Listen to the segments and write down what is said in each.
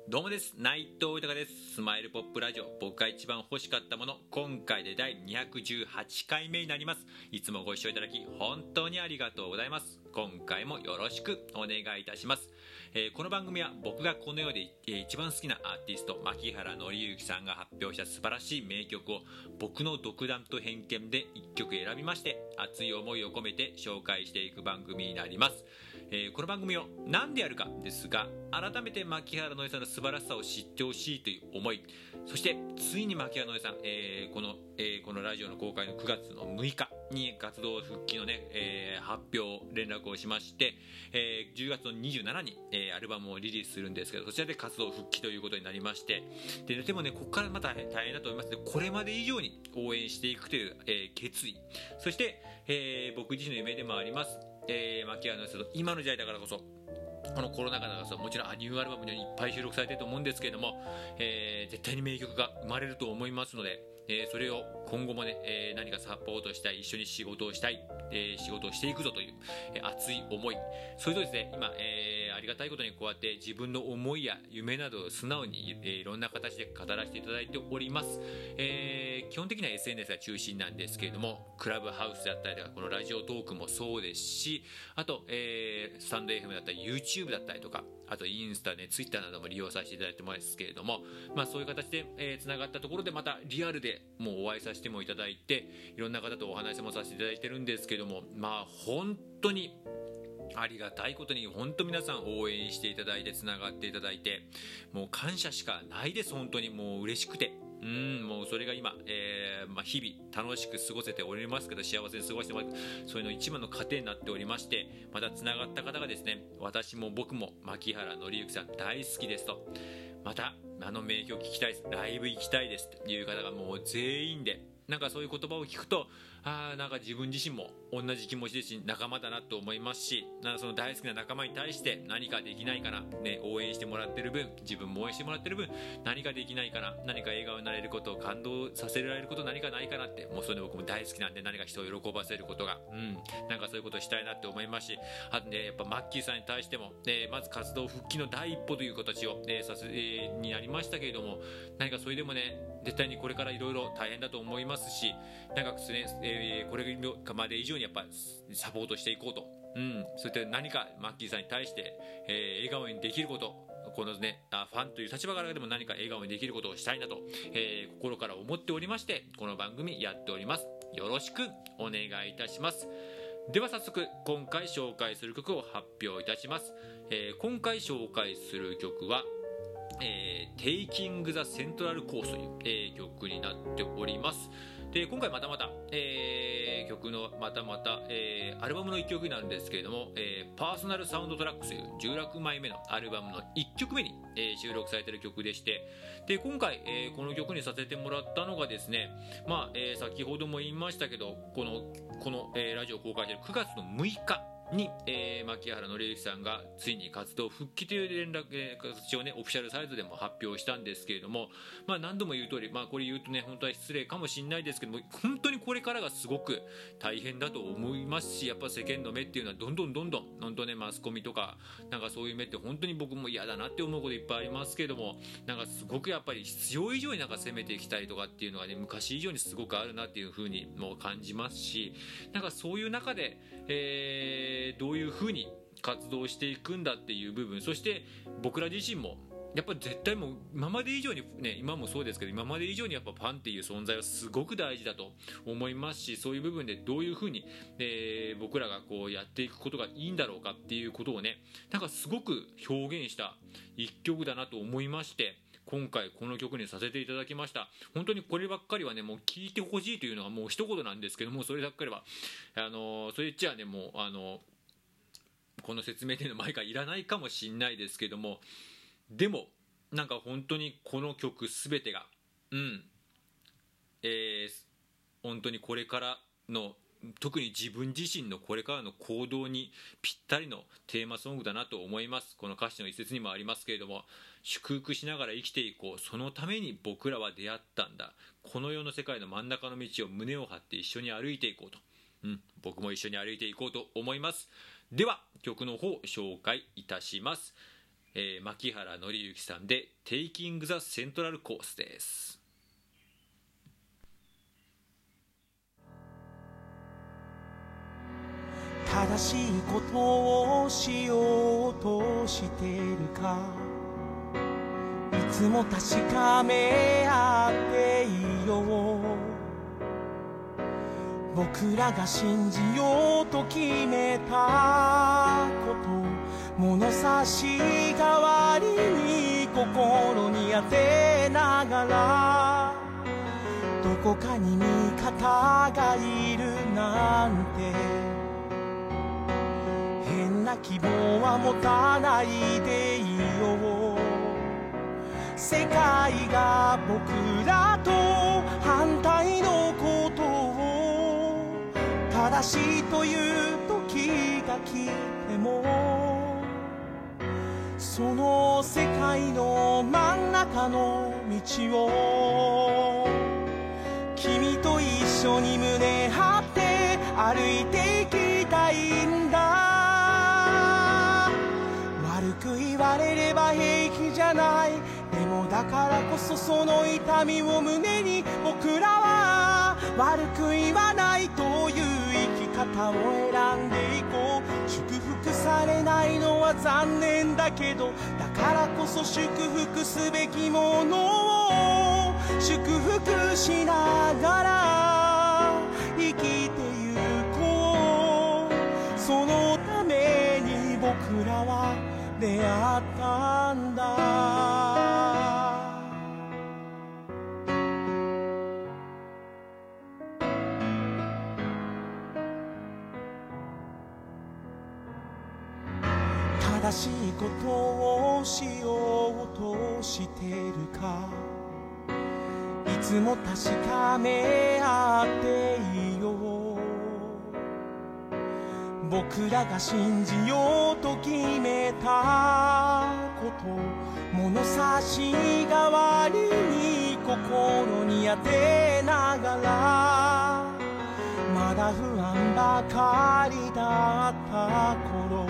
どうもです。内藤豊です。スマイルポップラジオ、僕が一番欲しかったもの、今回で第218回目になります。いつもご視聴いただき本当にありがとうございます。今回もよろしくお願いいたします。この番組は僕がこの世で一番好きなアーティスト牧原紀之さんが発表した素晴らしい名曲を僕の独断と偏見で1曲選びまして熱い思いを込めて紹介していく番組になります。この番組を何でやるかですが、改めて牧原紀之さんの素晴らしさを知ってほしいという思い、そしてついに牧原紀之さん、このラジオの公開の9月の6日に活動復帰の発表連絡をしまして、10月の27日に、アルバムをリリースするんですけど、そちらで活動復帰ということになりまして、でもね、ここからまた大変だと思いますので、これまで以上に応援していくという、決意、そして、僕自身の夢でもあります、牧原紀之さんの今の時代だからこそ、このコロナ禍だからこそ、もちろんニューアルバムにいっぱい収録されていると思うんですけれども、絶対に名曲が生まれると思いますので、それを今後もね、何かサポートしたい、一緒に仕事をしたい、仕事をしていくぞという、熱い思い、それとですね、今、ありがたいことにこうやって自分の思いや夢などを素直に、いろんな形で語らせていただいております。基本的には SNS が中心なんですけれども、クラブハウスだったりとか、このラジオトークもそうですし、あと、スタンド FM だったり YouTube だったりとか、あとインスタね、ツイッターなども利用させていただいてますけれども、そういう形でつながったところでまたリアルでもうお会いさせてもいただいて、いろんな方とお話もさせていただいてるんですけども、本当にありがたいことに本当皆さん応援していただいて、つながっていただいて、もう感謝しかないです。本当にもう嬉しくて、もうそれが今、日々楽しく過ごせておりますけど、幸せに過ごしてます。それの一番の糧になっておりまして、またつながった方がですね、私も僕も牧原紀之さん大好きですと、またあの名曲聴きたいです、ライブ行きたいですという方がもう全員で、なんかそういう言葉を聞くと、なんか自分自身も同じ気持ちですし、仲間だなと思いますし、なんかその大好きな仲間に対して何かできないかな、応援してもらってる分、自分も応援してもらってる分、何かできないかな、何か笑顔になれること、感動させられること、何かないかなって、もうそれで僕も大好きなんで、何か人を喜ばせることが、なんかそういうことをしたいなって思いますし、あとね、やっぱマッキーさんに対しても、まず活動復帰の第一歩という形を、になりましたけれども、何かそれでもね、絶対にこれからいろいろ大変だと思いますし、なんかですね、これまで以上にやっぱサポートしていこうと、そういった何かマッキーさんに対して、笑顔にできること、このね、ファンという立場からでも何か笑顔にできることをしたいなと、心から思っておりまして、この番組やっております。よろしくお願いいたします。では早速今回紹介する曲を発表いたします。今回紹介する曲はTaking the Central Coast という、曲になっております。で、今回またまた、曲のアルバムの1曲になるんですけれども、パーソナルサウンドトラックスという16枚目のアルバムの1曲目に、収録されている曲でして、で今回、この曲にさせてもらったのがですね、先ほども言いましたけど、この、ラジオ公開している9月の6日に、牧原紀之さんがついに活動復帰という連絡、形をね、オフィシャルサイトでも発表したんですけれども、何度も言う通り、これ言うとね、本当は失礼かもしれないですけども、本当にこれからがすごく大変だと思いますし、やっぱ世間の目っていうのはどんどん本当ね、マスコミとか、なんかそういう目って本当に僕も嫌だなって思うこといっぱいありますけども、なんかすごくやっぱり必要以上になんか攻めていきたいとかっていうのがね、昔以上にすごくあるなっていう風にも感じますし、なんかそういう中で、どういう風に活動していくんだっていう部分、そして僕ら自身もやっぱり絶対もう今まで以上にね、今もそうですけど、今まで以上にやっぱファンっていう存在はすごく大事だと思いますし、そういう部分でどういう風に、僕らがこうやっていくことがいいんだろうかっていうことをね、なんかすごく表現した一曲だなと思いまして、今回この曲にさせていただきました。本当にこればっかりはね、もう聴いてほしいというのがもう一言なんですけども、そればっかりはそれ言っちゃね、もうこの説明っていうのは毎回いらないかもしれないですけども、でもなんか本当にこの曲すべてが本当にこれからの、特に自分自身のこれからの行動にぴったりのテーマソングだなと思います。この歌詞の一節にもありますけれども、祝福しながら生きていこう、そのために僕らは出会ったんだ、この世の世界の真ん中の道を胸を張って一緒に歩いていこうと、僕も一緒に歩いていこうと思います。では曲の方紹介いたします。 牧原紀之さんでテイキング・ザ・セントラルコースです。 正しいことをしようとしてるか、いつも確かめ合っていよう。僕らが信じようと決めたこと、物差し代わりに心に当てながら、どこかに味方がいるなんて変な希望は持たないでいよう。世界が僕らと反対のことを正しいという時が来ても、その世界の真ん中の道を君と一緒に胸張って歩いていきたいんだ。悪く言われれば平気じゃない、でもだからこそその痛みを胸に僕らは悪く言わないという生き方を選んでいこう。祝福されないのは残念だけど、だからこそ祝福すべきものを祝福しながら生きてゆこう。そのために僕らは出会ったんだ。正しいことをしようとしてるか、いつも確かめ合っていよう。僕らが信じようと決めたこと、物差し代わりに心に当てながら、まだ不安ばかりだった頃、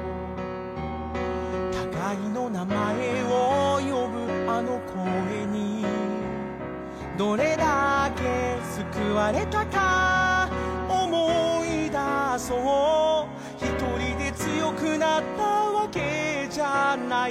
互いの名前を呼ぶあの声にどれだけ救われたか思い出そう。一人で強くなったわけじゃない、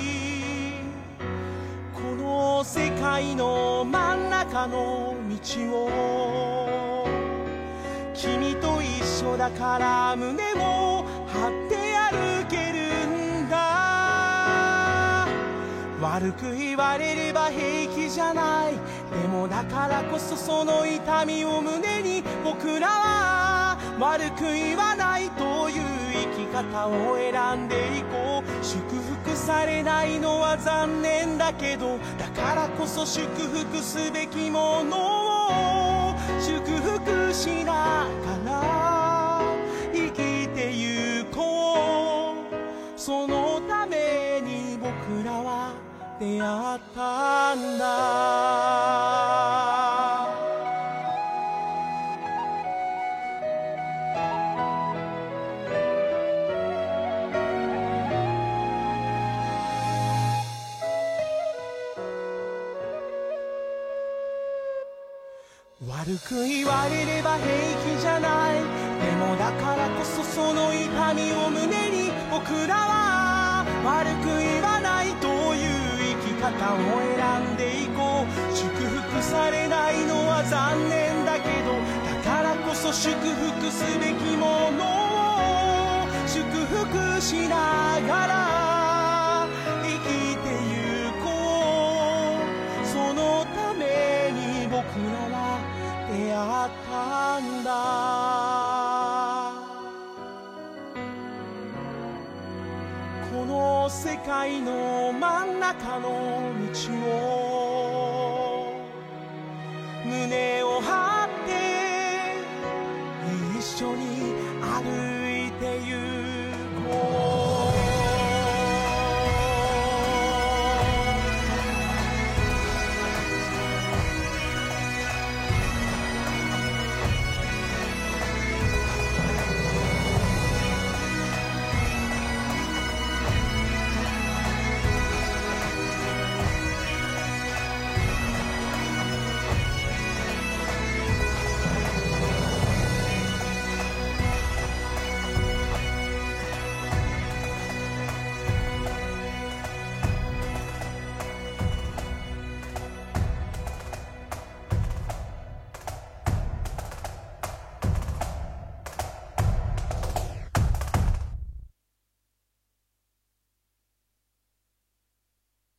この世界の真ん中の道を君と一緒だから胸を張って歩けるんだ。悪く言われれば平気じゃない、でもだからこそその痛みを胸に僕らは悪く言わないという生き方を選んでいこう。祝福されないのは残念だけど、だからこそ祝福すべきものを祝福しながら生きてゆこう。そのために僕らは出会ったんだ。悪く言われれば平気じゃない、でもだからこそその痛みを胸に僕らは悪く言わないという生き方を選んでいこう。祝福されないのは残念だけど、だからこそ祝福すべきものを祝福しながら生きてゆこう。そのために僕らは出会ったんだ。この世界の真ん中の道を胸を